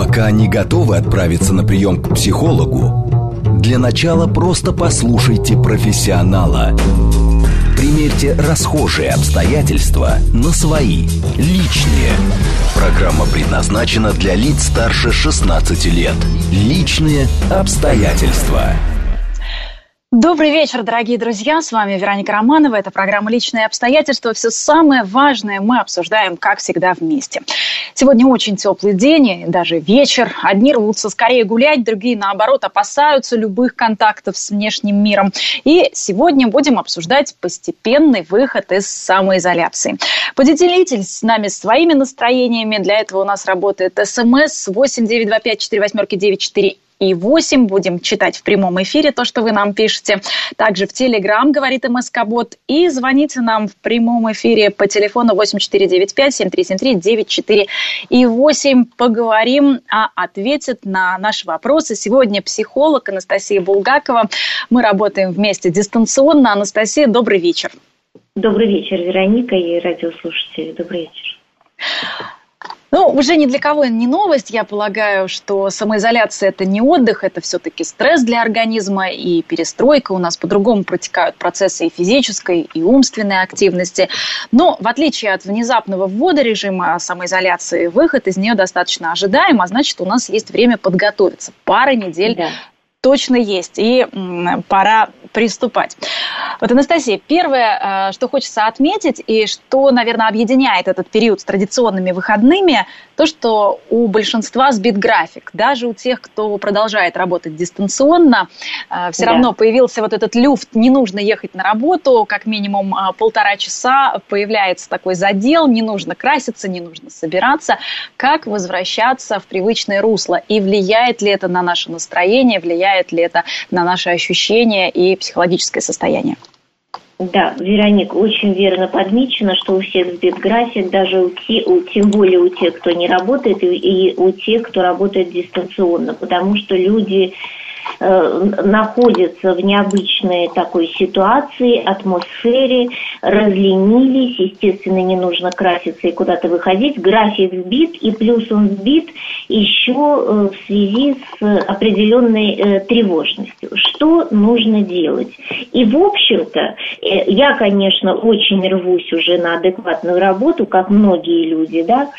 Пока не готовы отправиться на прием к психологу, для начала просто послушайте профессионала. Примерьте расхожие обстоятельства на свои, личные. Программа предназначена для лиц старше 16 лет. Личные обстоятельства. Добрый вечер, дорогие друзья. С вами Вероника Романова. Это программа «Личные обстоятельства». Все самое важное мы обсуждаем, как всегда, вместе. Сегодня очень теплый день, и даже вечер. Одни рвутся скорее гулять, другие, наоборот, опасаются любых контактов с внешним миром. И сегодня будем обсуждать постепенный выход из самоизоляции. Поделитесь с нами своими настроениями. Для этого у нас работает СМС 8925-48-94 и 8. Будем читать в прямом эфире то, что вы нам пишете. Также в Телеграм, говорит МСК-бот. И звоните нам в прямом эфире по телефону 8495-7373-94 и 8. Поговорим, ответит на наши вопросы. Сегодня психолог Анастасия Булгакова. Мы работаем вместе дистанционно. Анастасия, добрый вечер. Добрый вечер, Вероника и радиослушатели. Добрый вечер. Уже ни для кого не новость. Я полагаю, что самоизоляция – это не отдых, это все-таки стресс для организма и перестройка. У нас по-другому протекают процессы и физической, и умственной активности. Но в отличие от внезапного ввода режима самоизоляции, выход из нее достаточно ожидаем, а значит, у нас есть время подготовиться. Пара недель точно есть, и пора приступать. Вот, Анастасия, первое, что хочется отметить, и что, наверное, объединяет этот период с традиционными выходными, то, что у большинства сбит график. Даже у тех, кто продолжает работать дистанционно, все равно появился вот этот люфт, не нужно ехать на работу, как минимум 1,5 часа появляется такой задел, не нужно краситься, не нужно собираться. Как возвращаться в привычное русло? И влияет ли это на наше настроение, влияет ли это на наши ощущения и психологическое состояние? Да, Вероника, очень верно подмечено, что у всех сбит график, даже тем более у тех, кто не работает, и у тех, кто работает дистанционно, потому что люди находятся в необычной такой ситуации, атмосфере, разленились, естественно, не нужно краситься и куда-то выходить, график сбит, и плюс он сбит еще в связи с определенной тревожностью. Что нужно делать? И, в общем-то, я, конечно, очень рвусь уже на адекватную работу, как многие люди, да,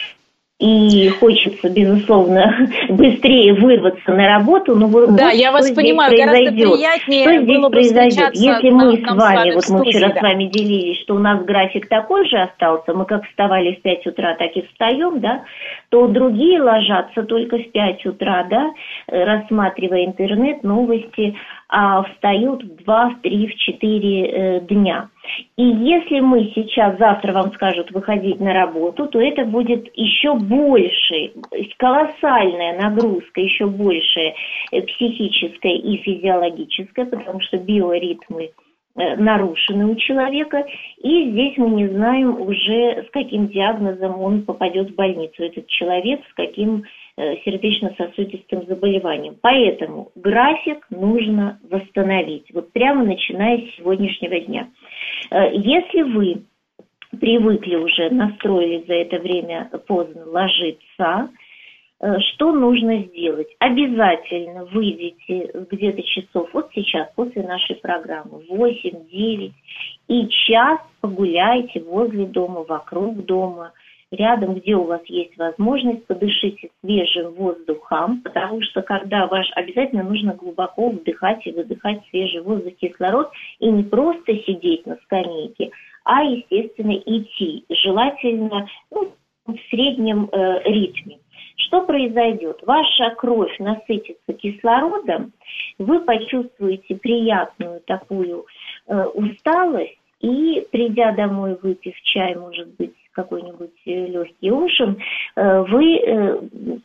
и хочется, безусловно, быстрее вырваться на работу. Но я вас понимаю, гораздо приятнее что здесь было бы произойдет? Если мы с вами, вот мы вчера с вами делились, что у нас график такой же остался, мы как вставали в 5 утра, так и встаем, да, то другие ложатся только в 5 утра, да, рассматривая интернет, новости, а встают в 2, в 3, в 4 дня. И если мы сейчас, завтра вам скажут выходить на работу, то это будет еще больше, колоссальная нагрузка, еще большая психическая и физиологическая, потому что биоритмы нарушены у человека, и здесь мы не знаем уже, с каким диагнозом он попадет в больницу, этот человек, с каким сердечно-сосудистым заболеванием. Поэтому график нужно восстановить, вот прямо начиная с сегодняшнего дня. Если вы привыкли уже, настроились за это время поздно ложиться, что нужно сделать? Обязательно выйдите где-то часов, вот сейчас, после нашей программы, 8-9, и час погуляйте возле дома, вокруг дома, рядом, где у вас есть возможность, подышите свежим воздухом, потому что обязательно нужно глубоко вдыхать и выдыхать свежий воздух, кислород, и не просто сидеть на скамейке, а, естественно, идти, желательно в среднем ритме. Что произойдет? Ваша кровь насытится кислородом, вы почувствуете приятную такую усталость, и, придя домой, выпив чай, может быть, какой-нибудь легкий ужин, вы,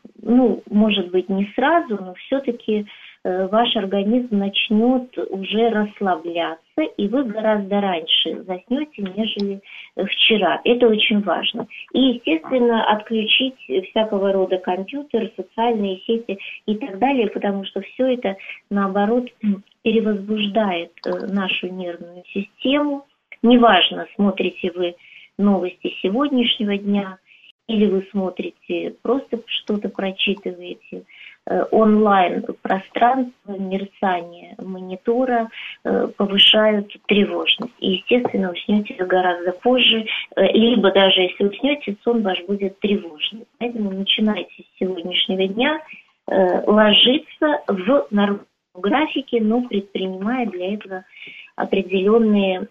может быть, не сразу, но все-таки ваш организм начнет уже расслабляться, и вы гораздо раньше заснете, нежели вчера. Это очень важно. И, естественно, отключить всякого рода компьютер, социальные сети и так далее, потому что все это, наоборот, перевозбуждает нашу нервную систему. Неважно, смотрите вы новости сегодняшнего дня или вы смотрите, просто что-то прочитываете, онлайн пространство, мерцание монитора повышают тревожность. И, естественно, уснете вы гораздо позже, либо даже если уснете, сон ваш будет тревожный. Поэтому начинайте с сегодняшнего дня ложиться в нормальном графике, но предпринимая для этого определенные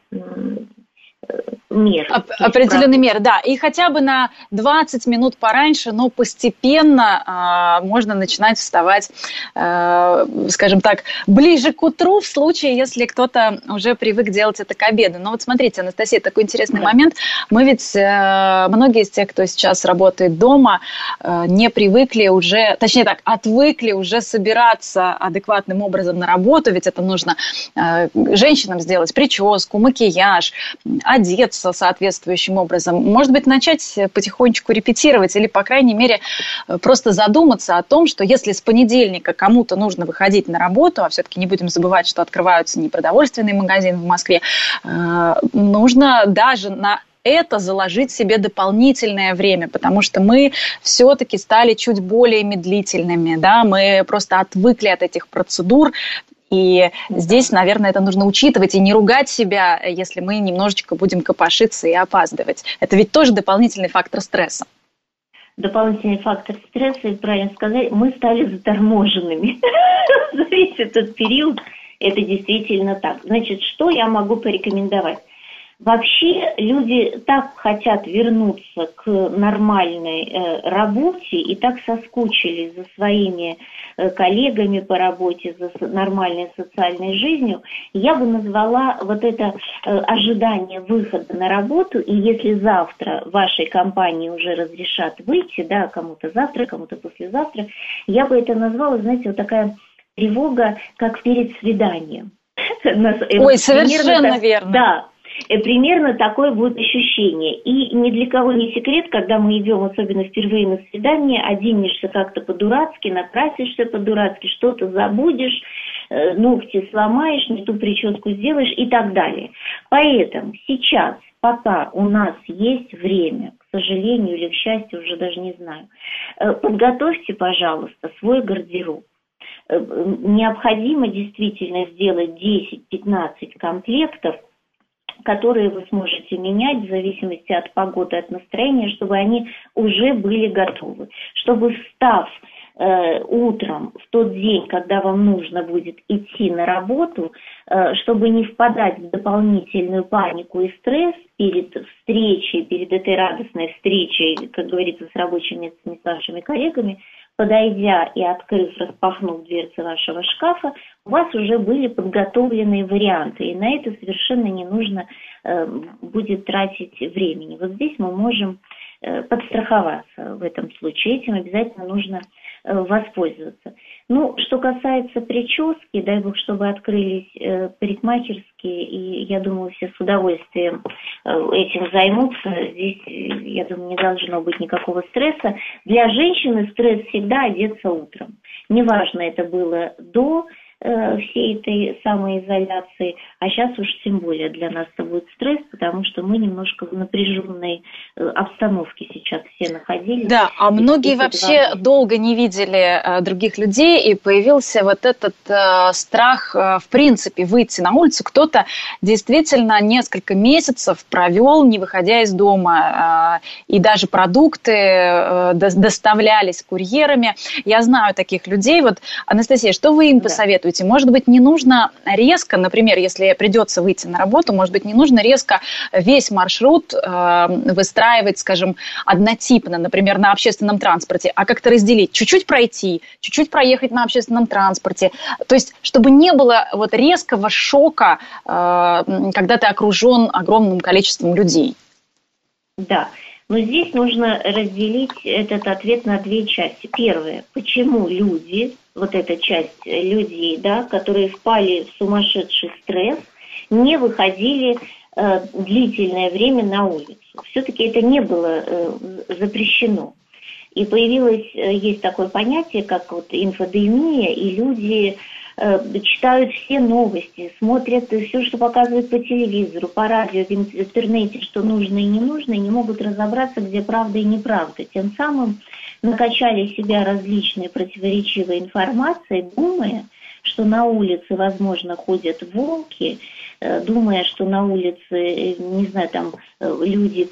меры. Определенные меры, да. И хотя бы на 20 минут пораньше, но постепенно можно начинать вставать, скажем так, ближе к утру, в случае, если кто-то уже привык делать это к обеду. Но вот смотрите, Анастасия, такой интересный момент. Мы ведь, многие из тех, кто сейчас работает дома, не привыкли уже, точнее так, отвыкли уже собираться адекватным образом на работу, ведь это нужно женщинам сделать прическу, макияж, одеться соответствующим образом. Может быть, начать потихонечку репетировать или, по крайней мере, просто задуматься о том, что если с понедельника кому-то нужно выходить на работу, а все-таки не будем забывать, что открываются непродовольственные магазины в Москве, нужно даже на это заложить себе дополнительное время, потому что мы все-таки стали чуть более медлительными, да, мы просто отвыкли от этих процедур. И здесь, наверное, это нужно учитывать и не ругать себя, если мы немножечко будем копошиться и опаздывать. Это ведь тоже дополнительный фактор стресса. Дополнительный фактор стресса, и правильно сказать, мы стали заторможенными. За весь этот период это действительно так. Значит, что я могу порекомендовать? Вообще люди так хотят вернуться к нормальной работе и так соскучились за своими коллегами по работе, за нормальной социальной жизнью. Я бы назвала вот это ожидание выхода на работу, и если завтра вашей компании уже разрешат выйти, да, кому-то завтра, кому-то послезавтра, я бы это назвала, знаете, вот такая тревога, как перед свиданием. Ой, совершенно верно. Да. Примерно такое будет ощущение. И ни для кого не секрет, когда мы идем, особенно впервые на свидание, оденешься как-то по-дурацки, накрасишься по-дурацки, что-то забудешь, ногти сломаешь, не ту прическу сделаешь и так далее. Поэтому сейчас, пока у нас есть время, к сожалению или к счастью, уже даже не знаю, подготовьте, пожалуйста, свой гардероб. Необходимо действительно сделать 10-15 комплектов, которые вы сможете менять в зависимости от погоды, от настроения, чтобы они уже были готовы. Чтобы, встав утром в тот день, когда вам нужно будет идти на работу, чтобы не впадать в дополнительную панику и стресс перед встречей, перед этой радостной встречей, как говорится, с рабочим местом, с вашими коллегами, подойдя и открыв, распахнув дверцы вашего шкафа, у вас уже были подготовленные варианты, и на это совершенно не нужно будет тратить времени. Вот здесь мы можем подстраховаться в этом случае, этим обязательно нужно воспользоваться. Ну, что касается прически, дай бог, чтобы открылись парикмахерские, и я думаю, все с удовольствием этим займутся. Здесь, я думаю, не должно быть никакого стресса. Для женщины стресс всегда одеться утром. Неважно, это было до всей этой самоизоляции, а сейчас уж тем более для нас это будет стресс, потому что мы немножко в напряженной обстановке сейчас все находились. Да, а многие вообще долго не видели других людей, и появился вот этот страх в принципе выйти на улицу. Кто-то действительно несколько месяцев провел, не выходя из дома, и даже продукты доставлялись курьерами. Я знаю таких людей. Вот, Анастасия, что вы им посоветуете? Может быть, не нужно резко, например, если придется выйти на работу, может быть, не нужно резко весь маршрут выстраивать, скажем, однотипно, например, на общественном транспорте, а как-то разделить, чуть-чуть пройти, чуть-чуть проехать на общественном транспорте. То есть, чтобы не было вот резкого шока, когда ты окружен огромным количеством людей. Да. Но здесь нужно разделить этот ответ на две части. Первое, почему люди, вот эта часть людей, да, которые впали в сумасшедший стресс, не выходили длительное время на улицу. Все-таки это не было запрещено. И появилось, есть такое понятие, как вот инфодемия, и люди читают все новости, смотрят все, что показывают по телевизору, по радио, в интернете, что нужно и не нужно, и не могут разобраться, где правда и неправда. Тем самым накачали себя различной противоречивой информацией, думая, что на улице, возможно, ходят волки, думая, что на улице, не знаю, там люди...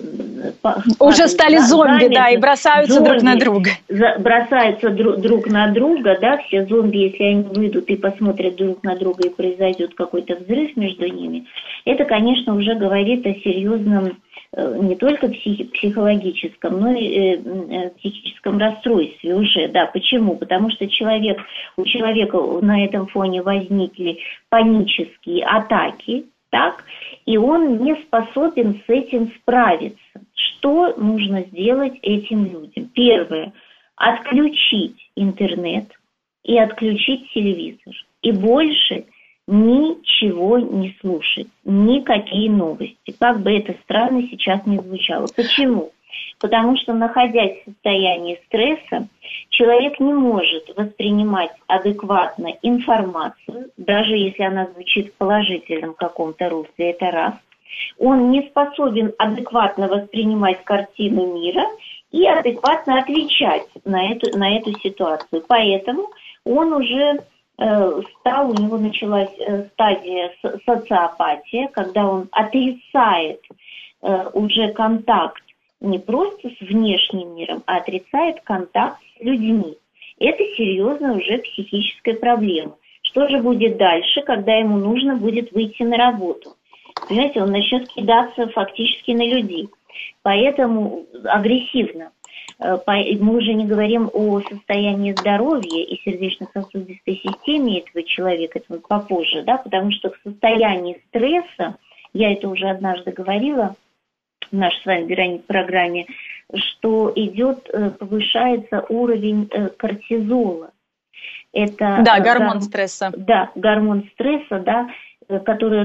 Уже стали зомби, да, и бросаются друг на друга. Бросаются друг на друга, да, все зомби, если они выйдут и посмотрят друг на друга, и произойдет какой-то взрыв между ними, это, конечно, уже говорит о серьезном не только психологическом, но и психическом расстройстве уже. Да, почему? Потому что у человека на этом фоне возникли панические атаки, так, и он не способен с этим справиться. Что нужно сделать этим людям? Первое – отключить интернет и отключить телевизор. И больше ничего не слушать, никакие новости, как бы это странно сейчас не звучало. Почему? Потому что, находясь в состоянии стресса, человек не может воспринимать адекватно информацию, даже если она звучит в положительном каком-то русле, это раз. Он не способен адекватно воспринимать картину мира и адекватно отвечать на эту ситуацию. Поэтому он уже у него началась стадия социопатия, когда он отрицает уже контакт не просто с внешним миром, а отрицает контакт с людьми. Это серьезная уже психическая проблема. Что же будет дальше, когда ему нужно будет выйти на работу? Понимаете, он начнет кидаться фактически на людей. Поэтому агрессивно. Мы уже не говорим о состоянии здоровья и сердечно-сосудистой системе этого человека, это попозже, да, потому что в состоянии стресса, я это уже однажды говорила в нашей с вами программе, что повышается уровень кортизола. Это гормон стресса. Да, гормон стресса, да, который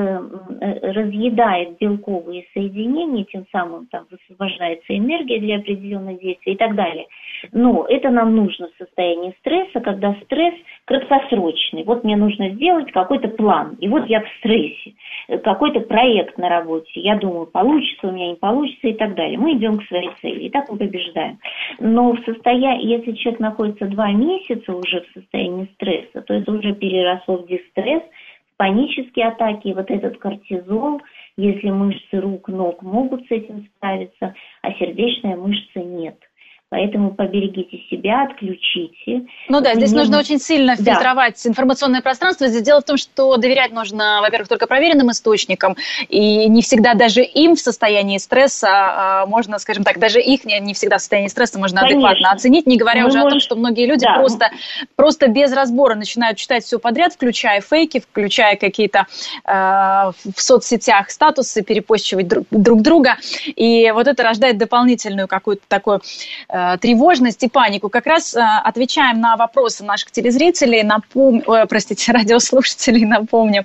разъедает белковые соединения, тем самым там высвобождается энергия для определенных действий и так далее. Но это нам нужно в состоянии стресса, когда стресс краткосрочный. Вот мне нужно сделать какой-то план, и вот я в стрессе, какой-то проект на работе. Я думаю, получится, у меня не получится и так далее. Мы идем к своей цели, и так мы побеждаем. Но если человек находится 2 месяца уже в состоянии стресса, то это уже переросло в дистресс, панические атаки, вот этот кортизол, если мышцы рук, ног могут с этим справиться, а сердечная мышца нет. Поэтому поберегите себя, отключите. Здесь нужно очень сильно фильтровать информационное пространство. Здесь дело в том, что доверять нужно, во-первых, только проверенным источникам, и не всегда даже им в состоянии стресса можно, скажем так, даже их не всегда в состоянии стресса можно адекватно оценить, не говоря уже о том, что многие люди просто без разбора начинают читать все подряд, включая фейки, включая какие-то в соцсетях статусы, перепостчивать друг друга, и вот это рождает дополнительную какую-то такую тревожность и панику. Как раз отвечаем на вопросы наших телезрителей, радиослушателей, напомню.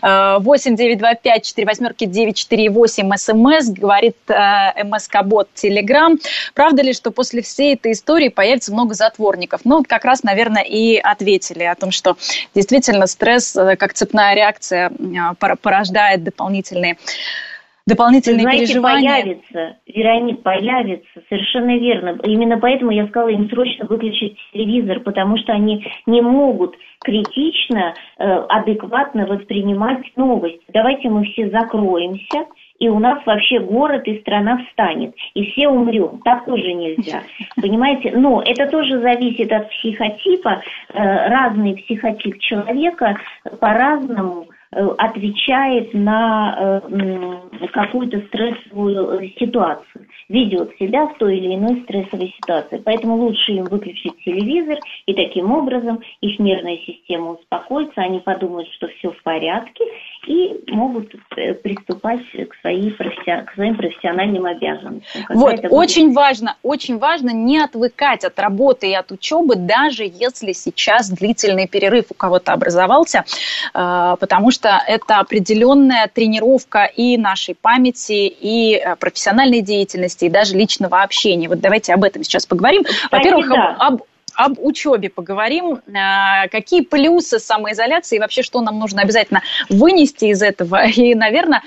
8-925-48-948 СМС, говорит МСК-бот Телеграм. Правда ли, что после всей этой истории появится много затворников? Как раз, наверное, и ответили о том, что действительно стресс, как цепная реакция, порождает дополнительные переживания. Появится, Вероника, появится, совершенно верно. Именно поэтому я сказала им срочно выключить телевизор, потому что они не могут критично, адекватно воспринимать новости. Давайте мы все закроемся, и у нас вообще город и страна встанет, и все умрем. Так тоже нельзя, понимаете? Но это тоже зависит от психотипа. Разный психотип человека по-разному отвечает на какую-то стрессовую ситуацию, ведет себя в той или иной стрессовой ситуации. Поэтому лучше им выключить телевизор, и таким образом их нервная система успокоится, они подумают, что все в порядке, и могут приступать к своим профессиональным обязанностям. Очень важно не отвыкать от работы и от учебы, даже если сейчас длительный перерыв у кого-то образовался, потому что это определенная тренировка и нашей памяти, и профессиональной деятельности, и даже личного общения. Давайте об этом сейчас поговорим. Во-первых, об учебе поговорим. Какие плюсы самоизоляции и вообще, что нам нужно обязательно вынести из этого? И, наверное,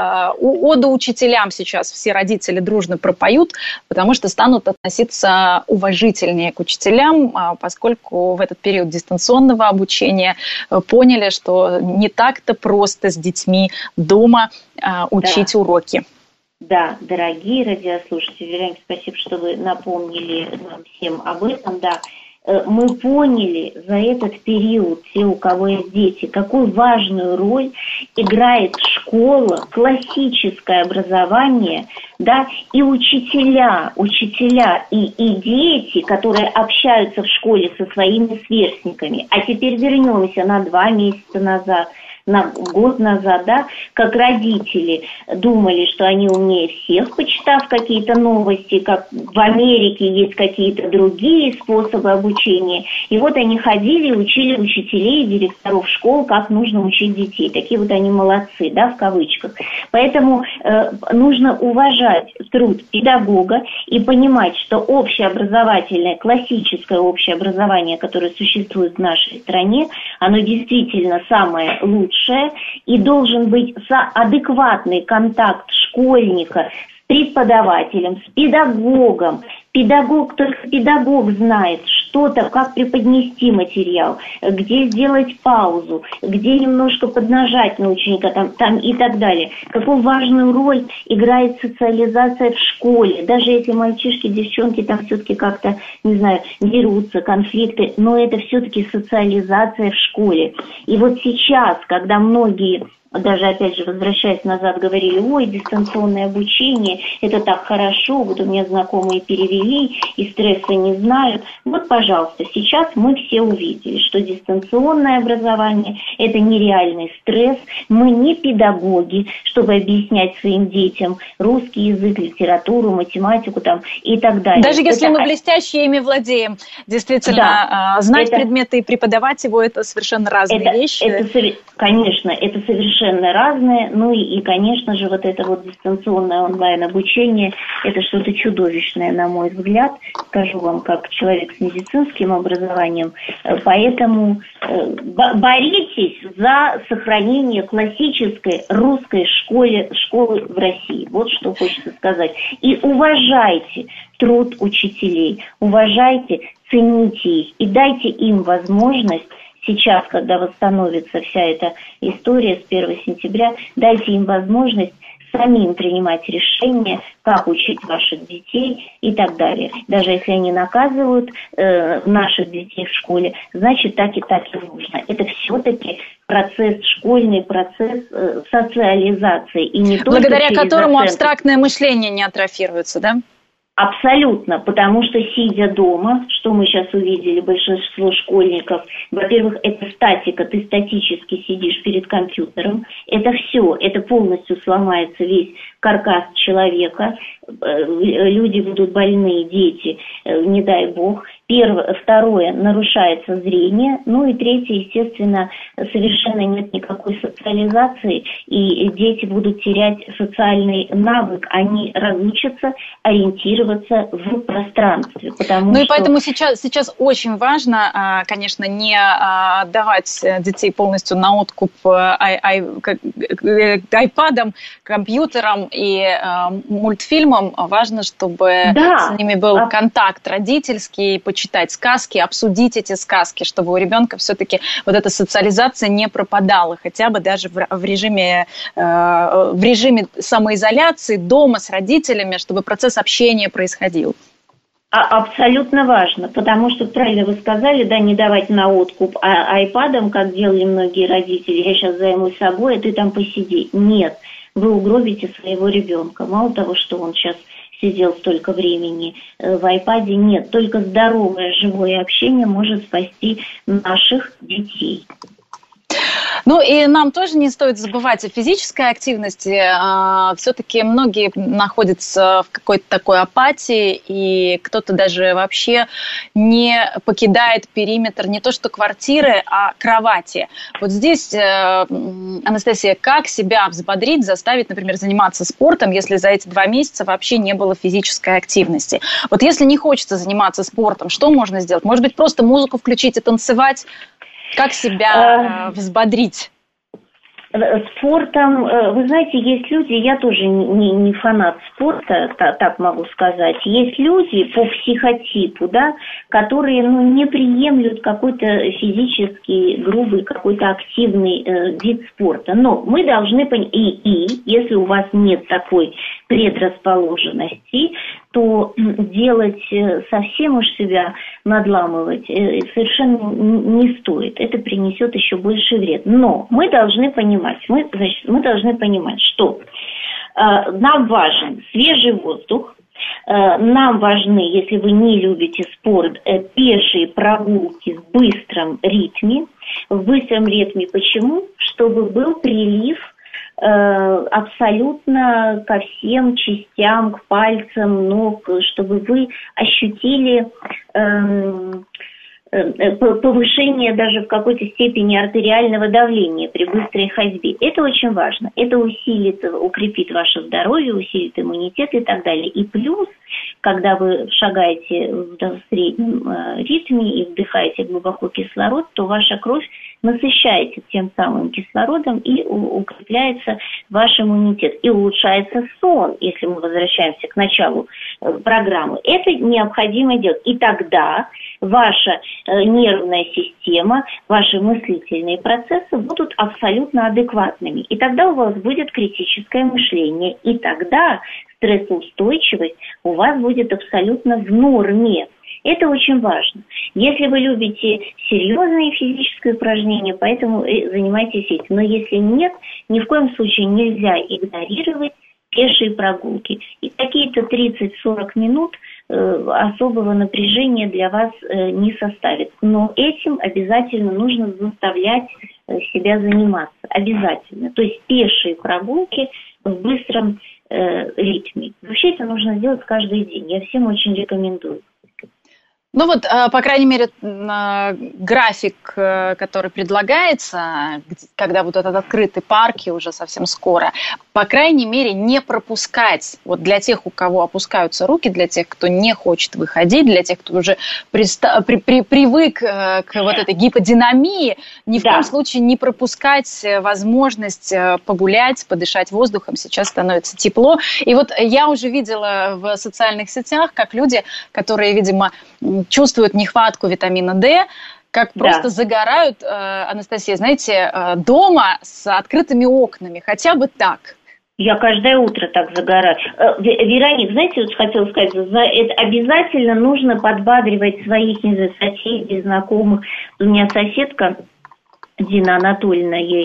оду учителям сейчас все родители дружно пропоют, потому что станут относиться уважительнее к учителям, поскольку в этот период дистанционного обучения поняли, что не так-то просто с детьми дома учить уроки. Да, дорогие радиослушатели, Вероника, спасибо, что вы напомнили нам всем об этом, да. Мы поняли за этот период, те, у кого есть дети, какую важную роль играет школа, классическое образование, да, и учителя и дети, которые общаются в школе со своими сверстниками. А теперь вернемся на 2 месяца назад, на год назад, да, как родители думали, что они умнее всех, почитав какие-то новости, как в Америке есть какие-то другие способы обучения. И вот они ходили и учили учителей и директоров школ, как нужно учить детей. Такие вот они молодцы, да, в кавычках. Поэтому нужно уважать труд педагога и понимать, что общеобразовательное, классическое общее образование, которое существует в нашей стране, оно действительно самое лучшее, и должен быть адекватный контакт школьника с преподавателем, с педагогом. Только педагог знает что-то, как преподнести материал, где сделать паузу, где немножко поднажать на ученика там и так далее. Какую важную роль играет социализация в школе. Даже если мальчишки, девчонки там все-таки как-то, не знаю, дерутся, конфликты, но это все-таки социализация в школе. И вот сейчас, когда многие, даже, опять же, возвращаясь назад, говорили: ой, дистанционное обучение, это так хорошо, вот у меня знакомые перевели, и стресса не знают. Вот, пожалуйста, сейчас мы все увидели, что дистанционное образование – это нереальный стресс. Мы не педагоги, чтобы объяснять своим детям русский язык, литературу, математику там, и так далее. Даже если мы блестяще ими владеем, действительно, да, знать предметы и преподавать его – это совершенно разные вещи. Конечно, это совершенно разное. Ну и, конечно же, вот это вот дистанционное онлайн-обучение, это что-то чудовищное, на мой взгляд, скажу вам, как человек с медицинским образованием. Поэтому боритесь за сохранение классической русской школы в России. Вот что хочется сказать. И уважайте труд учителей, уважайте, цените их и дайте им возможность сейчас, когда восстановится вся эта история с 1 сентября, дайте им возможность самим принимать решения, как учить ваших детей и так далее. Даже если они наказывают наших детей в школе, значит, так и нужно. Это все-таки процесс, школьный процесс социализации. И не только благодаря которому абстрактное мышление не атрофируется, да? Абсолютно, потому что, сидя дома, что мы сейчас увидели, большинство школьников, во-первых, это статика, ты статически сидишь перед компьютером, это все, это полностью сломается весь каркас человека, люди будут больные, дети, не дай бог. Второе, нарушается зрение. Ну и третье, естественно, совершенно нет никакой социализации, и дети будут терять социальный навык, они разучатся ориентироваться в пространстве. И поэтому сейчас очень важно, конечно, не отдавать детей полностью на откуп айпадам, компьютерам и мультфильмам. Важно, чтобы с ними был контакт родительский, почитать сказки, обсудить эти сказки, чтобы у ребенка все-таки вот эта социализация не пропадала, хотя бы даже в режиме самоизоляции, дома с родителями, чтобы процесс общения происходил. Абсолютно важно, потому что, правильно вы сказали, да, не давать на откуп айпадам, как делали многие родители, я сейчас займусь собой, а ты там посиди. Нет, вы угробите своего ребенка. Мало того, что он сейчас сидел столько времени в айпаде, нет, только здоровое живое общение может спасти наших детей. Ну и нам тоже не стоит забывать о физической активности. Все-таки многие находятся в какой-то такой апатии, и кто-то даже вообще не покидает периметр не то что квартиры, а кровати. Вот здесь, Анастасия, как себя взбодрить, заставить, например, заниматься спортом, если за эти 2 месяца вообще не было физической активности? Вот если не хочется заниматься спортом, что можно сделать? Может быть, просто музыку включить и танцевать? Как себя взбодрить? Спортом, вы знаете, есть люди, я тоже не фанат спорта, так могу сказать, есть люди по психотипу, да, которые не приемлют какой-то физический, грубый, какой-то активный вид спорта. Но мы должны понять, и если у вас нет такой предрасположенности, то делать совсем уж себя надламывать совершенно не стоит. Это принесет еще больше вред. Но мы должны понимать, что нам важен свежий воздух, нам важны, если вы не любите спорт, пешие прогулки в быстром ритме. В быстром ритме почему? Чтобы был прилив абсолютно ко всем частям, к пальцам ног, чтобы вы ощутили повышение даже в какой-то степени артериального давления при быстрой ходьбе. Это очень важно. Это укрепит ваше здоровье, усилит иммунитет и так далее. И плюс, когда вы шагаете в среднем ритме и вдыхаете глубоко кислород, то ваша кровь насыщается тем самым кислородом и укрепляется ваш иммунитет. И улучшается сон, если мы возвращаемся к началу программы. Это необходимо делать. И тогда ваша нервная система, ваши мыслительные процессы будут абсолютно адекватными. И тогда у вас будет критическое мышление. И тогда стрессоустойчивость у вас будет абсолютно в норме. Это очень важно. Если вы любите серьезные физические упражнения, поэтому занимайтесь этим. Но если нет, ни в коем случае нельзя игнорировать пешие прогулки. И какие-то 30-40 минут особого напряжения для вас не составит. Но этим обязательно нужно заставлять себя заниматься. Обязательно. То есть пешие прогулки в быстром ритме. Вообще это нужно делать каждый день. Я всем очень рекомендую. Ну вот, по крайней мере, график, который предлагается, когда вот этот открытый парк, и уже совсем скоро, по крайней мере, не пропускать, вот для тех, у кого опускаются руки, для тех, кто не хочет выходить, для тех, кто уже привык к вот этой гиподинамии, ни в коем случае не пропускать возможность погулять, подышать воздухом. Сейчас становится тепло. И вот я уже видела в социальных сетях, как люди, которые, видимо, чувствуют нехватку витамина D, как просто загорают, Анастасия, знаете, дома с открытыми окнами, хотя бы так. Я каждое утро так загораю. Вероник, знаете, вот хотела сказать, это обязательно нужно подбадривать своих соседей, знакомых. У меня соседка Дина Анатольевна, ей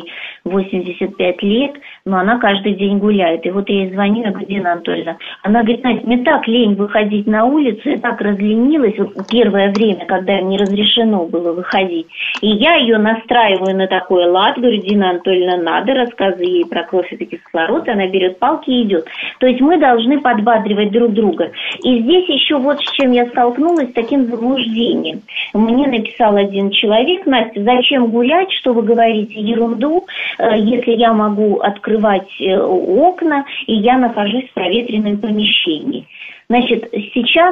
85 лет, но она каждый день гуляет. И вот я ей звоню, я говорю: Дина Анатольевна, она говорит: Настя, мне так лень выходить на улицу, я так разленилась, вот первое время, когда не разрешено было выходить. И я ее настраиваю на такой лад, говорю: Дина Анатольевна, надо, рассказываю ей про кровь и кислород, она берет палки и идет. То есть мы должны подбадривать друг друга. И здесь еще вот с чем я столкнулась, с таким заблуждением. Мне написал один человек: Настя, зачем гулять, что вы говорите ерунду, если я могу открывать окна, и я нахожусь в проветренном помещении. Значит, сейчас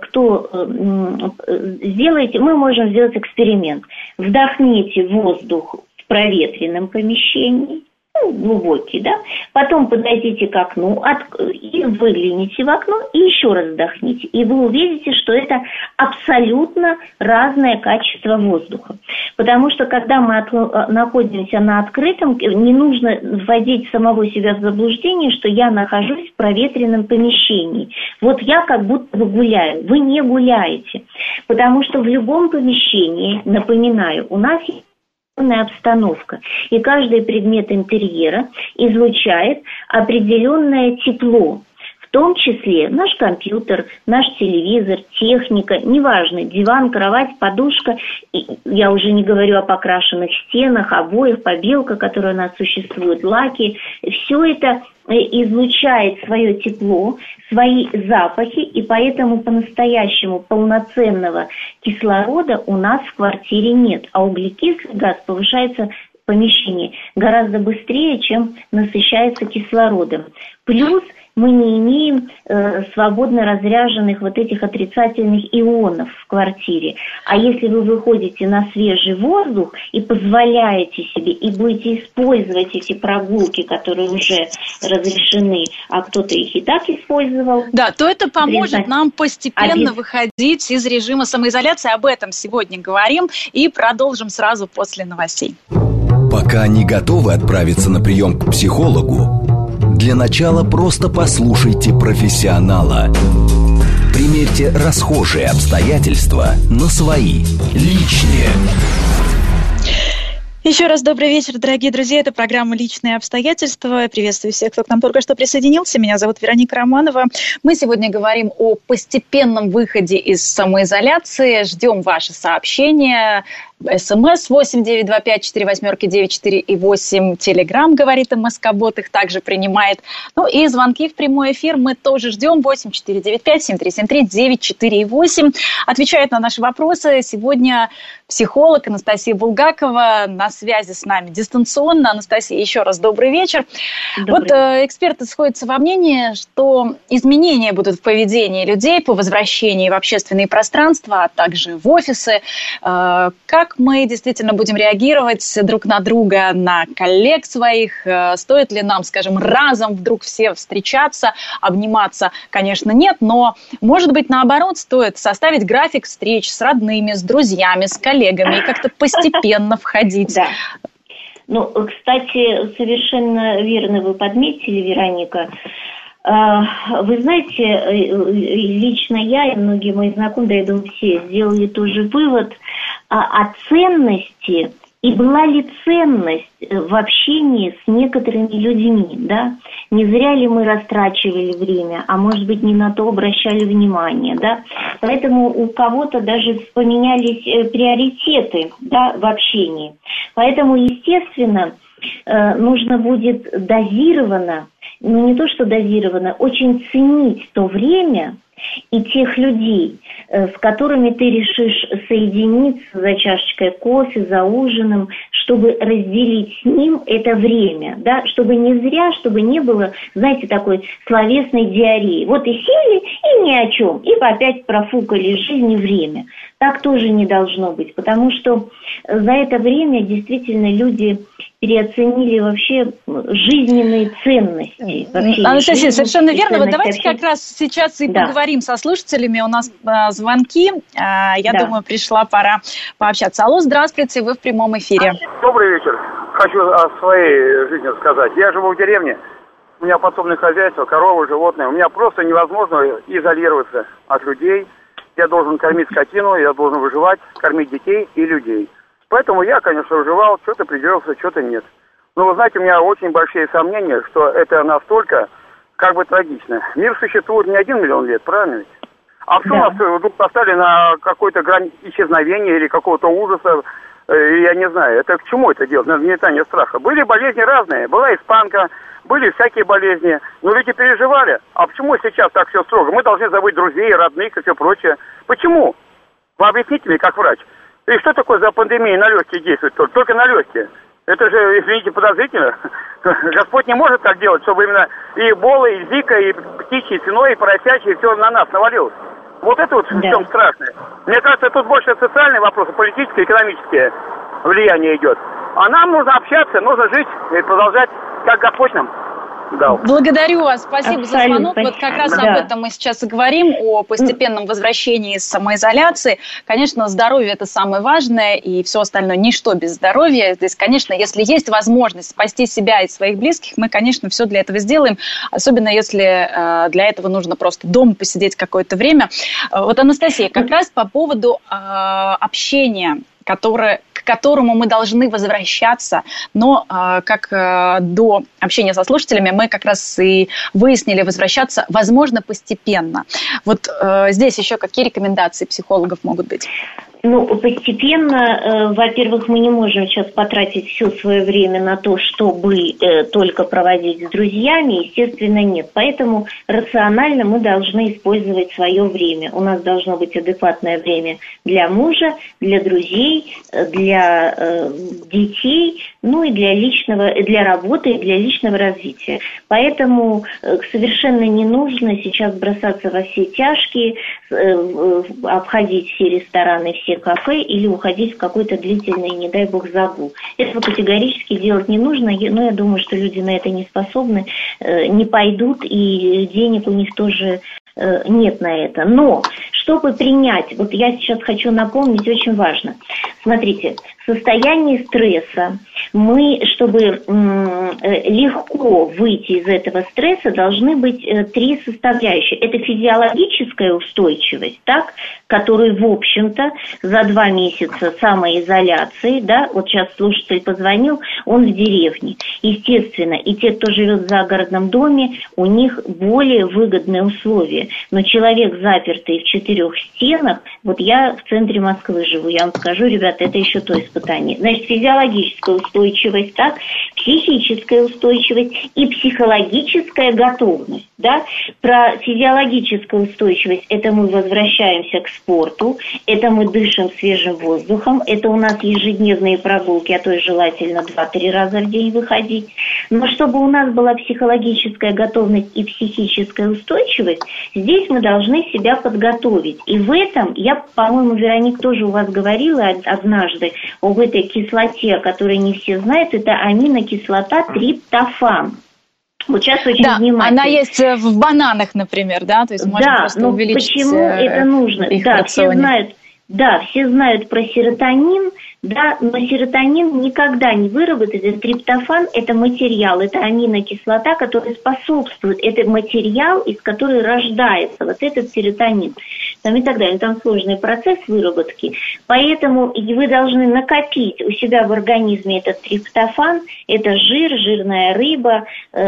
мы можем сделать эксперимент. Вдохните воздух в проветренном помещении, глубокий, да, потом подойдите к окну и выгляните в окно и еще раз вдохните. И вы увидите, что это абсолютно разное качество воздуха. Потому что когда мы находимся на открытом, не нужно вводить самого себя в заблуждение, что я нахожусь в проветренном помещении. Вот я как будто бы гуляю. Вы не гуляете. Потому что в любом помещении, напоминаю, у нас есть обстановка. И каждый предмет интерьера излучает определенное тепло. В В том числе наш компьютер, наш телевизор, техника, неважно, диван, кровать, подушка. И я уже не говорю о покрашенных стенах, обоях, побелка, которая у нас существует, лаки. Все это излучает свое тепло, свои запахи, и поэтому по-настоящему полноценного кислорода у нас в квартире нет. А углекислый газ повышается в помещении гораздо быстрее, чем насыщается кислородом. Плюс мы не имеем свободно разряженных вот этих отрицательных ионов в квартире. А если вы выходите на свежий воздух и позволяете себе, и будете использовать эти прогулки, которые уже разрешены, а кто-то их и так использовал. Да, то это поможет нам постепенно выходить из режима самоизоляции. Об этом сегодня говорим и продолжим сразу после новостей. Пока не готовы отправиться на прием к психологу, для начала просто послушайте профессионала. Примерьте расхожие обстоятельства на свои, личные. Еще раз добрый вечер, дорогие друзья. Это программа «Личные обстоятельства». Приветствую всех, кто к нам только что присоединился. Меня зовут Вероника Романова. Мы сегодня говорим о постепенном выходе из самоизоляции. Ждем ваши сообщения. СМС 8925-48-94-8. Телеграм, говорит МСК-бот, их также принимает. Ну и звонки в прямой эфир мы тоже ждем. 8495-7373-948. Отвечает на наши вопросы сегодня психолог Анастасия Булгакова на связи с нами дистанционно. Анастасия, еще раз добрый вечер. Вот эксперты сходятся во мнении, что изменения будут в поведении людей по возвращении в общественные пространства, а также в офисы. Как мы действительно будем реагировать друг на друга, на коллег своих? Стоит ли нам, скажем, разом вдруг все встречаться, обниматься? Конечно, нет, но, может быть, наоборот, стоит составить график встреч с родными, с друзьями, с коллегами и как-то постепенно входить. Да. Ну, кстати, совершенно верно вы подметили, Вероника. Вы знаете, лично я и многие мои знакомые, да, я думаю, все сделали тоже вывод о ценности и была ли ценность в общении с некоторыми людьми, да? Не зря ли мы растрачивали время, а может быть не на то обращали внимание, да? Поэтому у кого-то даже поменялись приоритеты, да, в общении. Поэтому, естественно, нужно будет дозированно, ну не то что дозированно, очень ценить то время и тех людей, с которыми ты решишь соединиться за чашечкой кофе, за ужином, чтобы разделить с ним это время, да, чтобы не зря, чтобы не было, знаете, такой словесной диареи. Вот и сели, и ни о чем, и опять профукали жизнь и время. Так тоже не должно быть, потому что за это время действительно люди переоценили вообще жизненные ценности. Анастасия, совершенно верно. Вот давайте как раз сейчас и поговорим со слушателями. У нас звонки. Я думаю, пришла пора пообщаться. Алло, здравствуйте, вы в прямом эфире. Добрый вечер. Хочу о своей жизни рассказать. Я живу в деревне. У меня подсобное хозяйство, коровы, животные. У меня просто невозможно изолироваться от людей. Я должен кормить скотину, я должен выживать, кормить детей и людей. Поэтому я, конечно, выживал, что-то придерживался, что-то нет. Но вы знаете, у меня очень большие сомнения, что это настолько, как бы, трагично. Мир существует не 1 миллион лет, правильно ведь? А что нас вдруг поставили на какой-то грань исчезновения или какого-то ужаса, я не знаю. Это к чему это делать, нагнетание страха? Были болезни разные, была испанка, были всякие болезни, но люди переживали. А почему сейчас так все строго? Мы должны забыть друзей, родных и все прочее. Почему? Вы объясните мне, как врач. И что такое за пандемия на легкие действует? Только на легкие. Это же, извините, подозрительно. Господь не может так делать, чтобы именно и Эбола, и Зика, и птичьи, свиной, и поросячьи, и все на нас навалилось. Вот это вот в чем страшное. Мне кажется, тут больше социальные вопросы, политические, экономические влияние идет. А нам нужно общаться, нужно жить и продолжать, как Господь нам дал. Благодарю вас, спасибо за звонок. Вот как раз об этом мы сейчас и говорим, о постепенном возвращении из самоизоляции. Конечно, здоровье – это самое важное, и все остальное – ничто без здоровья. Здесь, конечно, если есть возможность спасти себя и своих близких, мы, конечно, все для этого сделаем, особенно если для этого нужно просто дома посидеть какое-то время. Вот, Анастасия, как раз по поводу общения, которому мы должны возвращаться. Но как до общения со слушателями мы как раз и выяснили, возвращаться возможно постепенно. Вот здесь еще какие рекомендации психологов могут быть? Ну, постепенно, во-первых, мы не можем сейчас потратить все свое время на то, чтобы только проводить с друзьями, естественно, нет. Поэтому рационально мы должны использовать свое время. У нас должно быть адекватное время для мужа, для друзей, для детей, ну и для работы и для личного развития. Поэтому совершенно не нужно сейчас бросаться во все тяжкие, обходить все рестораны, все кафе или уходить в какой-то длительный, не дай бог, загул. Этого категорически делать не нужно, но я думаю, что люди на это не способны, не пойдут, и денег у них тоже нет на это. Но чтобы принять, вот я сейчас хочу напомнить, очень важно. Смотрите, в состоянии стресса мы, чтобы легко выйти из этого стресса, должны быть три составляющие. Это физиологическая устойчивость, так, которую, в общем-то, за 2 месяца самоизоляции, да, вот сейчас слушатель позвонил, он в деревне. Естественно, и те, кто живет в загородном доме, у них более выгодные условия. Но человек, запертый в 4 стенах, вот я в центре Москвы живу, я вам скажу, ребята, это еще то испытание. Значит, физиологическая устойчивость, так, психическая устойчивость и психологическая готовность, да. Про физиологическую устойчивость это мы возвращаемся к спорту, это мы дышим свежим воздухом, это у нас ежедневные прогулки, а то и желательно 2-3 раза в день выходить. Но чтобы у нас была психологическая готовность и психическая устойчивость, здесь мы должны себя подготовить. И в этом, я, по-моему, Вероника тоже у вас говорила однажды об этой кислоте, о которой не все знают, это аминокислота триптофан. Вот сейчас очень внимательно. Она есть в бананах, например, да? То есть можно просто увеличить почему это нужно? Их да, рационе. все знают про серотонин, да, но серотонин никогда не выработает. Триптофан – это материал, это аминокислота, которая способствует, это материал, из которого рождается вот этот серотонин. Там и так далее. Там сложный процесс выработки. Поэтому вы должны накопить у себя в организме этот триптофан. Это жир, жирная рыба,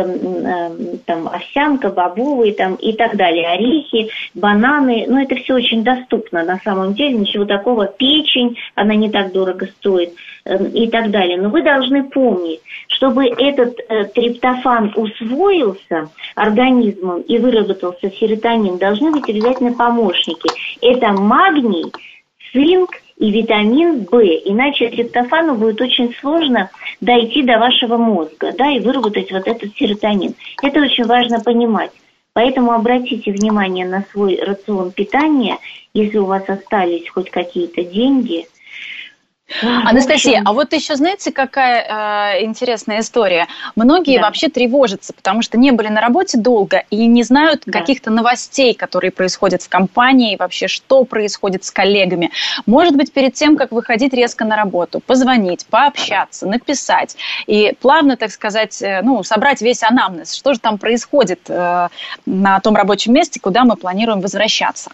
там, овсянка, бобовые там, и так далее, орехи, бананы. Ну, это все очень доступно на самом деле. Ничего такого. Печень, она не так дорого стоит и так далее. Но вы должны помнить, чтобы этот триптофан усвоился организмом и выработался серотонин, должны быть обязательно помощники. Это магний, цинк и витамин В. Иначе триптофану будет очень сложно дойти до вашего мозга, да, и выработать вот этот серотонин. Это очень важно понимать. Поэтому обратите внимание на свой рацион питания, если у вас остались хоть какие-то деньги. Анастасия, а вот еще знаете, какая интересная история? Многие вообще тревожатся, потому что не были на работе долго и не знают каких-то новостей, которые происходят в компании, вообще что происходит с коллегами. Может быть, перед тем, как выходить резко на работу, позвонить, пообщаться, написать и плавно, так сказать, собрать весь анамнез, что же там происходит на том рабочем месте, куда мы планируем возвращаться.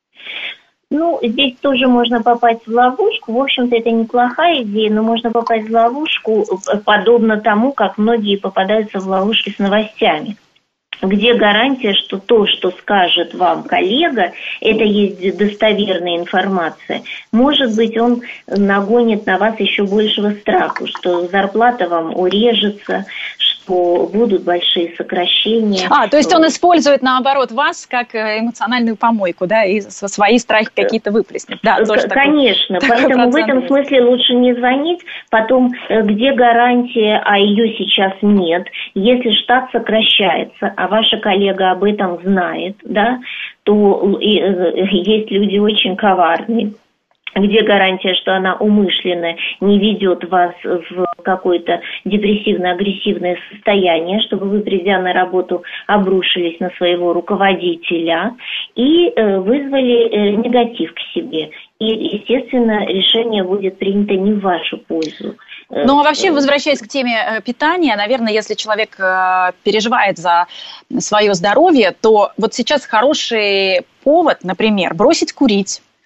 Ну, здесь тоже можно попасть в ловушку. В общем-то, это неплохая идея, но можно попасть в ловушку, подобно тому, как многие попадаются в ловушки с новостями. Где гарантия, что то, что скажет вам коллега, это есть достоверная информация. Может быть, он нагонит на вас еще большего страха, что зарплата вам урежется, что будут большие сокращения. То есть он использует, наоборот, вас как эмоциональную помойку, да, и свои страхи какие-то выплеснет. Да, конечно, поэтому в этом смысле лучше не звонить. Потом, где гарантия, а ее сейчас нет, если штат сокращается, а ваша коллега об этом знает, да, то есть люди очень коварные. Где гарантия, что она умышленно не ведет вас в какое-то депрессивно-агрессивное состояние, чтобы вы, придя на работу, обрушились на своего руководителя и вызвали негатив к себе. И, естественно, решение будет принято не в вашу пользу. Ну, а вообще, возвращаясь к теме питания, наверное, если человек переживает за свое здоровье, то вот сейчас хороший повод, например, бросить курить,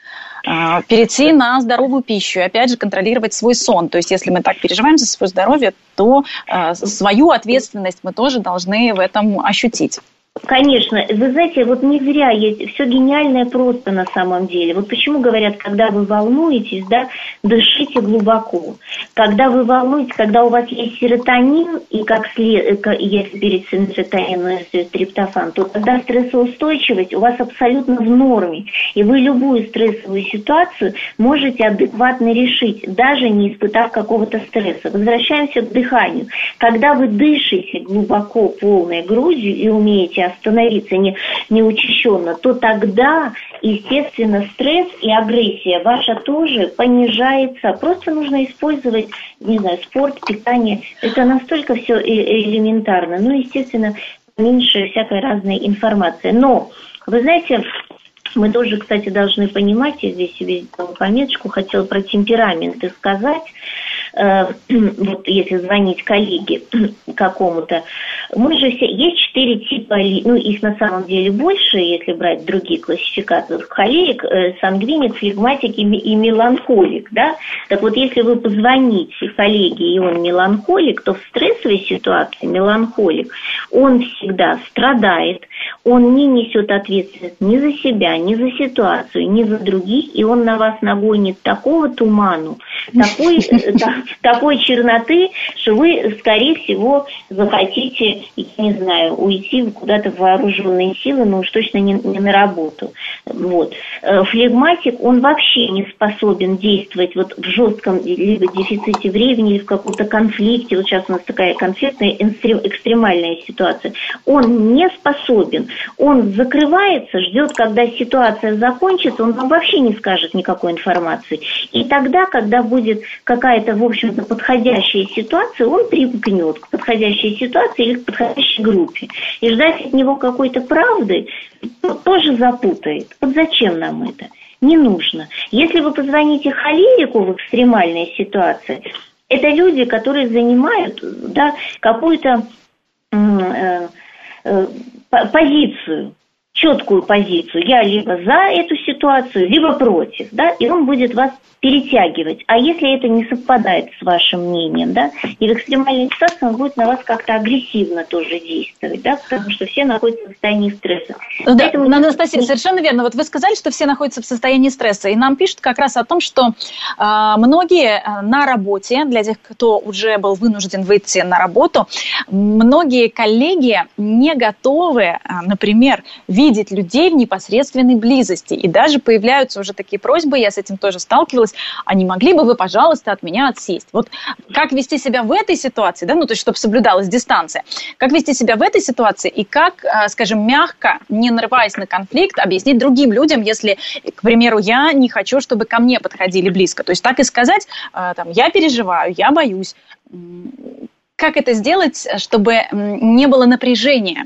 перейти на здоровую пищу и, опять же, контролировать свой сон. То есть, если мы так переживаем за свое здоровье, то свою ответственность мы тоже должны в этом ощутить. Конечно. Вы знаете, вот не зря есть все гениальное просто на самом деле. Вот почему говорят, когда вы волнуетесь, да, дышите глубоко. Когда вы волнуетесь, когда у вас есть серотонин, и если перед серотонином есть триптофан, то тогда стрессоустойчивость у вас абсолютно в норме. И вы любую стрессовую ситуацию можете адекватно решить, даже не испытав какого-то стресса. Возвращаемся к дыханию. Когда вы дышите глубоко, полной грудью и умеете остановиться неучащенно, то тогда, естественно, стресс и агрессия ваша тоже понижается. Просто нужно использовать, не знаю, спорт, питание. Это настолько все элементарно. Ну, естественно, меньше всякой разной информации. Но, вы знаете, мы тоже, кстати, должны понимать, я здесь себе сделала пометочку, хотела про темпераменты сказать. Вот если звонить коллеге какому-то, мы же все, есть 4 типа, ну их на самом деле больше, если брать другие классификации, холерик, сангвиник, флегматик и меланхолик, да, так вот если вы позвоните коллеге и он меланхолик, то в стрессовой ситуации меланхолик, он всегда страдает, он не несет ответственность ни за себя, ни за ситуацию, ни за других, и он на вас нагонит такого туману, такой черноты, что вы, скорее всего, захотите, я не знаю, уйти куда-то в вооруженные силы, но уж точно не на работу. Вот. Флегматик, он вообще не способен действовать вот в жестком либо дефиците времени, в каком-то конфликте. Вот сейчас у нас такая конфликтная, экстремальная ситуация. Он не способен. Он закрывается, ждет, когда ситуация закончится, он вам вообще не скажет никакой информации. И тогда, когда будет какая-то, в общем-то, подходящая ситуация, он привыкнет к подходящей ситуации или к подходящей группе. И ждать от него какой-то правды тоже запутает. Вот зачем нам это? Не нужно. Если вы позвоните холерику в экстремальной ситуации, это люди, которые занимают, да, какую-то позицию, четкую позицию. Я либо за эту ситуацию, либо против, да, и он будет вас перетягивать. А если это не совпадает с вашим мнением, да, и в экстремальной ситуации он будет на вас как-то агрессивно тоже действовать, да, потому что все находятся в состоянии стресса. Да, поэтому... Анастасия, совершенно верно. Вот вы сказали, что все находятся в состоянии стресса, и нам пишут как раз о том, что многие на работе, для тех, кто уже был вынужден выйти на работу, многие коллеги не готовы, например, видеть людей в непосредственной близости, и даже появляются уже такие просьбы, я с этим тоже сталкивалась, а не могли бы вы, пожалуйста, от меня отсесть? Вот как вести себя в этой ситуации, да, ну, то есть, чтобы соблюдалась дистанция, как вести себя в этой ситуации и как, скажем, мягко, не нарываясь на конфликт, объяснить другим людям, если, к примеру, я не хочу, чтобы ко мне подходили близко. То есть так и сказать, там, я переживаю, я боюсь. Как это сделать, чтобы не было напряжения?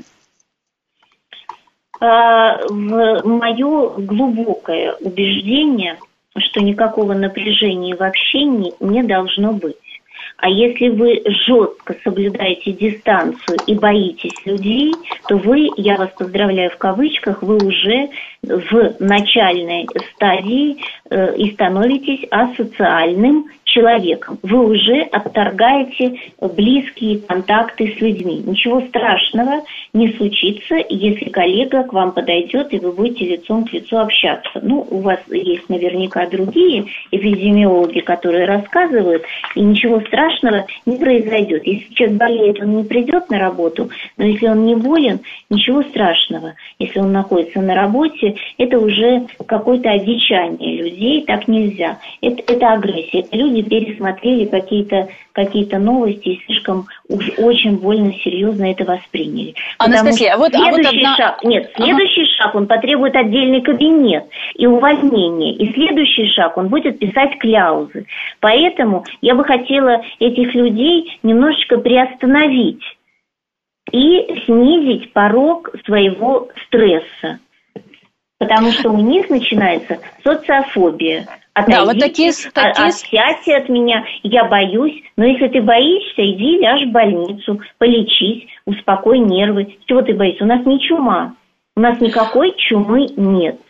Мое глубокое убеждение, что никакого напряжения вообще не должно быть. А если вы жестко соблюдаете дистанцию и боитесь людей, то вы, я вас поздравляю в кавычках, вы уже в начальной стадии и становитесь асоциальным человеком. Вы уже отторгаете близкие контакты с людьми. Ничего страшного не случится, если коллега к вам подойдет, и вы будете лицом к лицу общаться. Ну, у вас есть наверняка другие эпидемиологи, которые рассказывают, и ничего страшного не произойдет. Если человек болеет, он не придет на работу, но если он не болен, ничего страшного. Если он находится на работе, это уже какое-то одичание людей, так нельзя. Это агрессия. Это люди пересмотрели какие-то новости и слишком уж очень больно серьезно это восприняли. Анастасия, следующий шаг, он потребует отдельный кабинет и увольнение. И следующий шаг, он будет писать кляузы. Поэтому я бы хотела этих людей немножечко приостановить и снизить порог своего стресса. Потому что у них начинается социофобия. Отсядьте от меня, я боюсь. Но если ты боишься, иди ляжь в больницу, полечись, успокой нервы. Чего ты боишься? У нас не чума. У нас никакой чумы нет.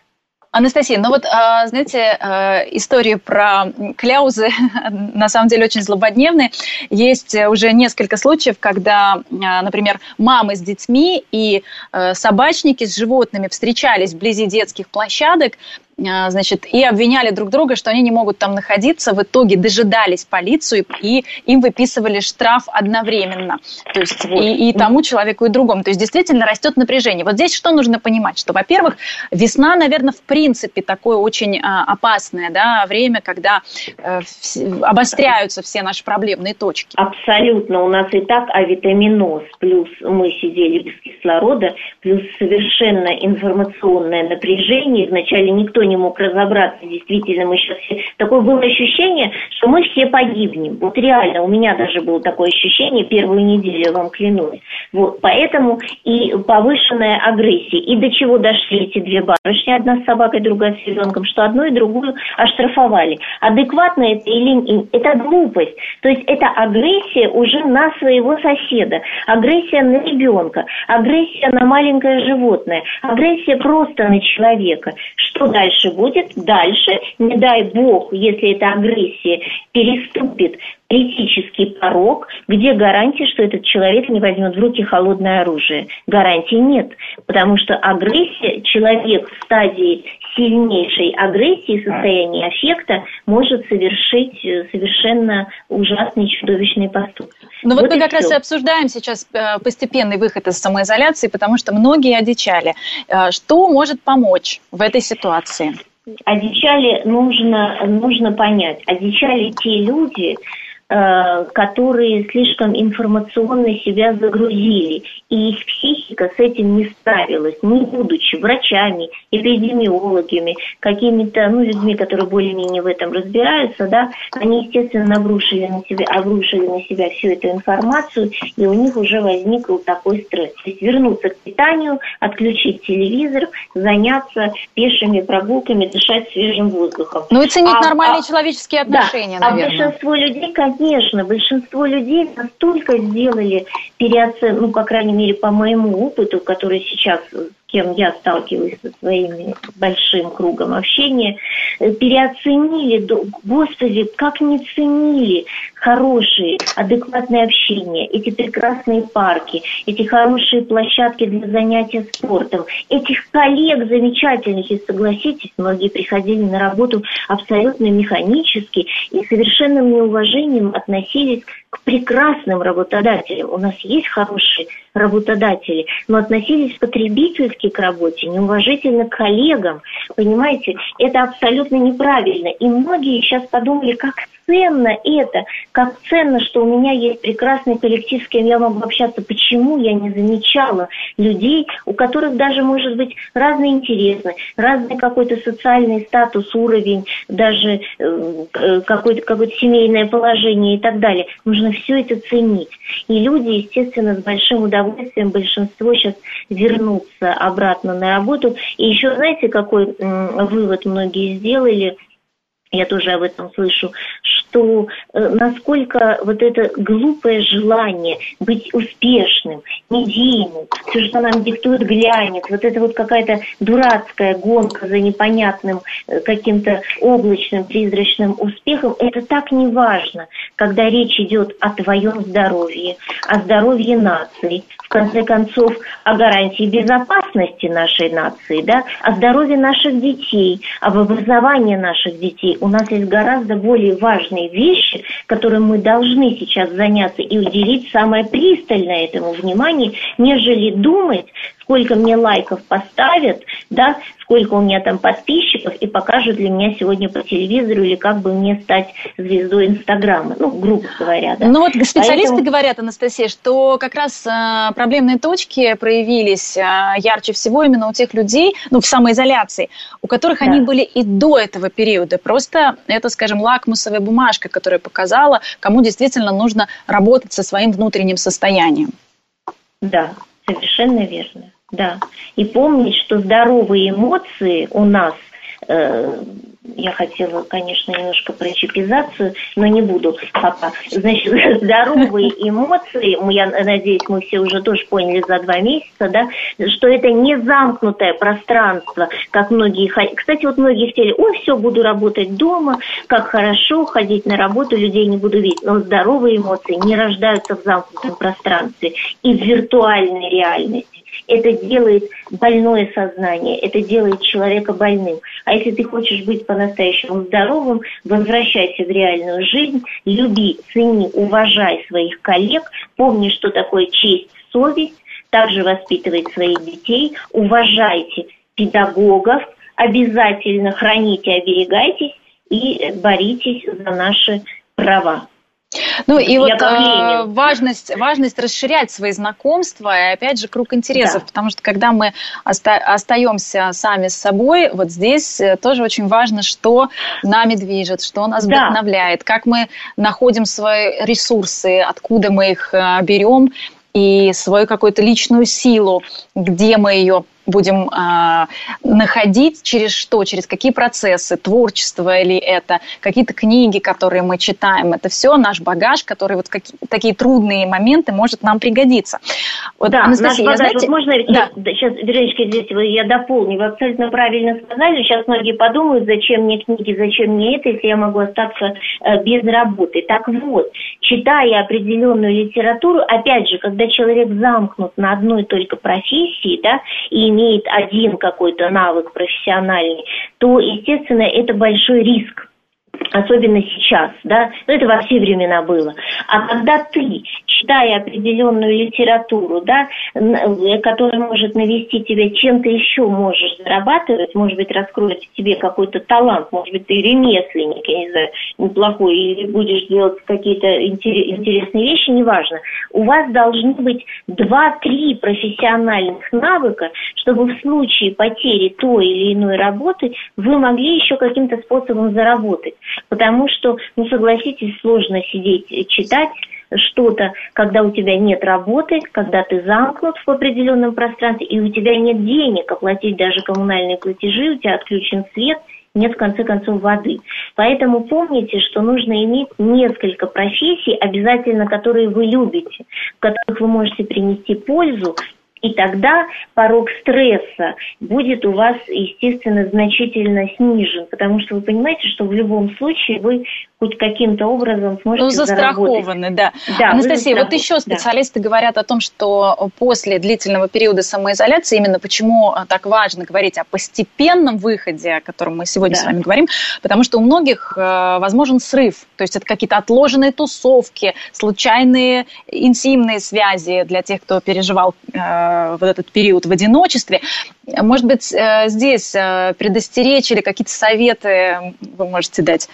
Анастасия, ну вот, знаете, истории про кляузы на самом деле очень злободневные. Есть уже несколько случаев, когда, например, мамы с детьми и собачники с животными встречались вблизи детских площадок, значит, и обвиняли друг друга, что они не могут там находиться. В итоге дожидались полицию, и им выписывали штраф одновременно. То есть и тому человеку, и другому. То есть действительно растет напряжение. Вот здесь что нужно понимать? Что, во-первых, весна, наверное, в принципе такое очень опасное, да, время, когда обостряются все наши проблемные точки. Абсолютно. У нас и так авитаминоз, плюс мы сидели без кислорода, плюс совершенно информационное напряжение. Вначале никто не мог разобраться, действительно, мы сейчас все... Такое было ощущение, что мы все погибнем. Вот реально, у меня даже было такое ощущение первую неделю, я вам клянусь. Вот, поэтому и повышенная агрессия. И до чего дошли эти две барышни, одна с собакой, другая с ребенком, что одну и другую оштрафовали. Адекватно это или... Это глупость. То есть это агрессия уже на своего соседа, агрессия на ребенка, агрессия на маленькое животное, агрессия просто на человека. Что дальше будет? Дальше, не дай бог, если эта агрессия переступит критический порог, где гарантия, что этот человек не возьмет в руки холодное оружие? Гарантии нет, потому что агрессия, человек в стадии сильнейшей агрессии, состояния аффекта, может совершить совершенно ужасные, чудовищные поступки. Ну вот мы как раз и обсуждаем сейчас постепенный выход из самоизоляции, потому что многие одичали. Что может помочь в этой ситуации? Одичали нужно понять. Одичали те люди, которые слишком информационно себя загрузили, и их психика с этим не справилась, не будучи врачами, эпидемиологами, какими-то людьми, которые более-менее в этом разбираются, да, они, естественно, обрушили на себя всю эту информацию, и у них уже возник вот такой стресс. То есть вернуться к питанию, отключить телевизор, заняться пешими прогулками, дышать свежим воздухом. Ну и ценить нормальные человеческие отношения, да, наверное. Большинство людей, конечно, большинство людей настолько сделали переоценку, по крайней мере, по моему опыту, который сейчас, с кем я сталкиваюсь со своим большим кругом общения, переоценили, господи, как не ценили хорошие, адекватное общение, эти прекрасные парки, эти хорошие площадки для занятия спортом, этих коллег замечательных, и согласитесь, многие приходили на работу абсолютно механически и совершенным неуважением относились к прекрасным работодателям. У нас есть хорошие работодатели, но относились потребительски к работе, неуважительно к коллегам. Понимаете, это абсолютно неправильно. И многие сейчас подумали, как ценно это, как ценно, что у меня есть прекрасный коллектив, с кем я могу общаться. Почему я не замечала людей, у которых даже, может быть, разные интересы, разный какой-то социальный статус, уровень, даже какое-то семейное положение и так далее. Нужно все это ценить. И люди, естественно, с большим удовольствием, большинство сейчас вернутся обратно на работу. И еще, знаете, какой вывод многие сделали, я тоже об этом слышу, что насколько вот это глупое желание быть успешным, медийным, все, что нам диктует глянец, вот это вот какая-то дурацкая гонка за непонятным каким-то облачным, призрачным успехом, это так не важно, когда речь идет о твоем здоровье, о здоровье нации, в конце концов, о гарантии безопасности нашей нации, да, о здоровье наших детей, об образовании наших детей. У нас есть гораздо более важные вещи, которым мы должны сейчас заняться и уделить самое пристальное этому внимание, нежели думать, сколько мне лайков поставят, да, сколько у меня там подписчиков и покажут ли меня сегодня по телевизору или как бы мне стать звездой Инстаграма, грубо говоря. Да. Ну вот специалисты говорят, Анастасия, что как раз проблемные точки проявились ярче всего именно у тех людей, в самоизоляции, у которых они были и до этого периода. Просто это, скажем, лакмусовая бумажка, которая показала, кому действительно нужно работать со своим внутренним состоянием. Да, совершенно верно. Да. И помнить, что здоровые эмоции у нас я хотела, конечно, немножко про чипизацию, но не буду пока. Значит, здоровые эмоции, я надеюсь, мы все уже тоже поняли за 2 месяца, да, что это не замкнутое пространство, как многие... Кстати, вот многие хотели, все, буду работать дома, как хорошо, ходить на работу, людей не буду видеть. Но здоровые эмоции не рождаются в замкнутом пространстве и в виртуальной реальности. Это делает больное сознание, это делает человека больным. А если ты хочешь быть по-настоящему здоровым, возвращайся в реальную жизнь, люби, цени, уважай своих коллег, помни, что такое честь, совесть, также воспитывай своих детей, уважайте педагогов, обязательно храните, оберегайтесь и боритесь за наши права. Ну и вот важность расширять свои знакомства и опять же круг интересов, потому что когда мы остаемся сами с собой, вот здесь тоже очень важно, что нами движет, что нас вдохновляет, как мы находим свои ресурсы, откуда мы их берем и свою какую-то личную силу, где мы ее будем находить, через что, через какие процессы, творчество или это, какие-то книги, которые мы читаем. Это все наш багаж, который вот такие трудные моменты может нам пригодиться. Вот, да, Анастасия, наш багаж, знаете... вот можно сейчас, Вероничка, здесь я дополню, вы абсолютно правильно сказали, сейчас многие подумают, зачем мне книги, зачем мне это, если я могу остаться без работы. Так вот, читая определенную литературу, опять же, когда человек замкнут на одной только профессии, да, и имеет один какой-то навык профессиональный, то, естественно, это большой риск. Особенно сейчас, да, но это во все времена было. А когда ты, читая определенную литературу, да, которая может навести тебя, чем ты еще можешь зарабатывать, может быть, раскроет в тебе какой-то талант, может быть, ты ремесленник, я не знаю, неплохой, или будешь делать какие-то интересные вещи, неважно. У вас должны быть 2-3 профессиональных навыка, чтобы в случае потери той или иной работы вы могли еще каким-то способом заработать. Потому что, согласитесь, сложно сидеть, читать что-то, когда у тебя нет работы, когда ты замкнут в определенном пространстве, и у тебя нет денег оплатить даже коммунальные платежи, у тебя отключен свет, нет, в конце концов, воды. Поэтому помните, что нужно иметь несколько профессий, обязательно которые вы любите, в которых вы можете принести пользу, и тогда порог стресса будет у вас, естественно, значительно снижен, потому что вы понимаете, что в любом случае вы хоть каким-то образом сможете застрахованы, да. Анастасия, вот еще специалисты говорят о том, что после длительного периода самоизоляции, именно почему так важно говорить о постепенном выходе, о котором мы сегодня с вами говорим, потому что у многих возможен срыв, то есть это какие-то отложенные тусовки, случайные интимные связи для тех, кто переживал вот этот период в одиночестве. Может быть, здесь предостеречь или какие-то советы вы можете дать?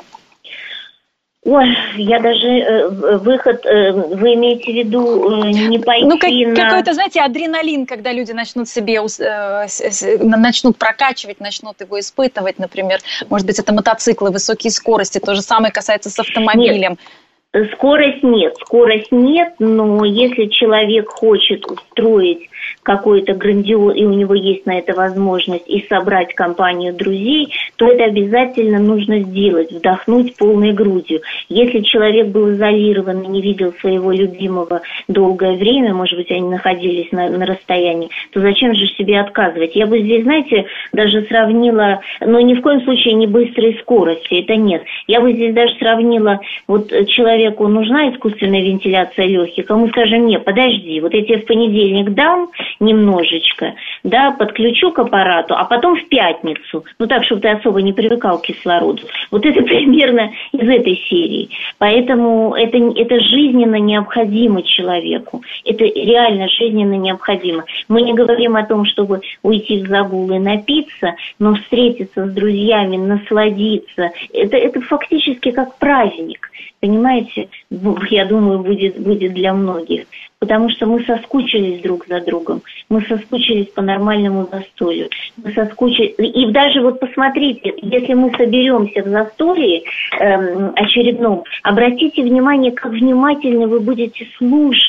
Ой, я даже выход, вы имеете в виду не пойти какой-то, знаете, адреналин, когда люди начнут начнут прокачивать, начнут его испытывать, например. Может быть, это мотоциклы, высокие скорости, то же самое касается с автомобилем. Скорость нет, но если человек хочет устроить какой-то грандиоз, и у него есть на это возможность, и собрать компанию друзей, то это обязательно нужно сделать, вдохнуть полной грудью. Если человек был изолирован и не видел своего любимого долгое время, может быть, они находились на расстоянии, то зачем же себе отказывать? Я бы здесь, знаете, даже сравнила, но ни в коем случае не быстрой скорости, это нет. Я бы здесь даже сравнила, вот человеку нужна искусственная вентиляция легких, а мы скажем, нет, подожди, вот я тебе в понедельник дам немножечко, да, подключу к аппарату, а потом в пятницу, так, чтобы ты особо не привыкал к кислороду. Вот это примерно из этой серии. Поэтому это жизненно необходимо человеку. Это реально жизненно необходимо. Мы не говорим о том, чтобы уйти в загул и напиться, но встретиться с друзьями, насладиться. Это фактически как праздник. Понимаете, я думаю, будет для многих. Потому что мы соскучились друг за другом. Мы соскучились по нормальному застолью. Мы соскучились. И даже вот посмотрите, если мы соберемся в застолье очередном, обратите внимание, как внимательно вы будете слушать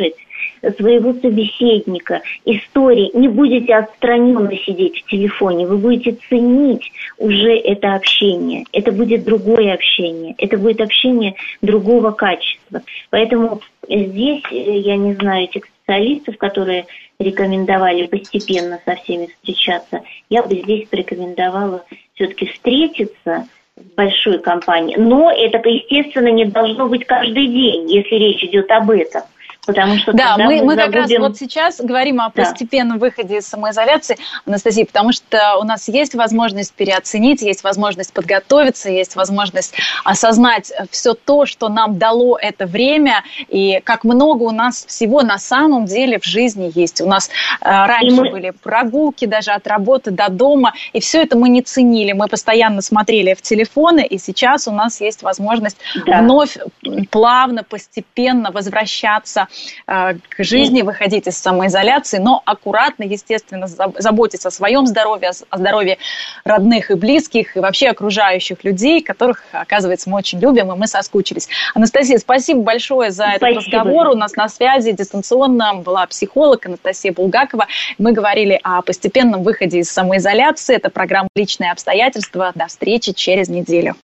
своего собеседника, истории, не будете отстраненно сидеть в телефоне, вы будете ценить уже это общение. Это будет другое общение, это будет общение другого качества. Поэтому здесь, я не знаю этих специалистов, которые рекомендовали постепенно со всеми встречаться, я бы здесь порекомендовала все-таки встретиться с большой компанией. Но это, естественно, не должно быть каждый день, если речь идет об этом. Потому что да, мы как раз вот сейчас говорим о постепенном выходе из самоизоляции, Анастасия, потому что у нас есть возможность переоценить, есть возможность подготовиться, есть возможность осознать все то, что нам дало это время, и как много у нас всего на самом деле в жизни есть. У нас раньше были прогулки даже от работы до дома, и все это мы не ценили, мы постоянно смотрели в телефоны, и сейчас у нас есть возможность вновь плавно, постепенно возвращаться к жизни, выходить из самоизоляции, но аккуратно, естественно, заботиться о своем здоровье, о здоровье родных и близких, и вообще окружающих людей, которых, оказывается, мы очень любим, и мы соскучились. Анастасия, спасибо большое за этот разговор. У нас на связи дистанционно была психолог Анастасия Булгакова. Мы говорили о постепенном выходе из самоизоляции. Это программа «Личные обстоятельства». До встречи через неделю.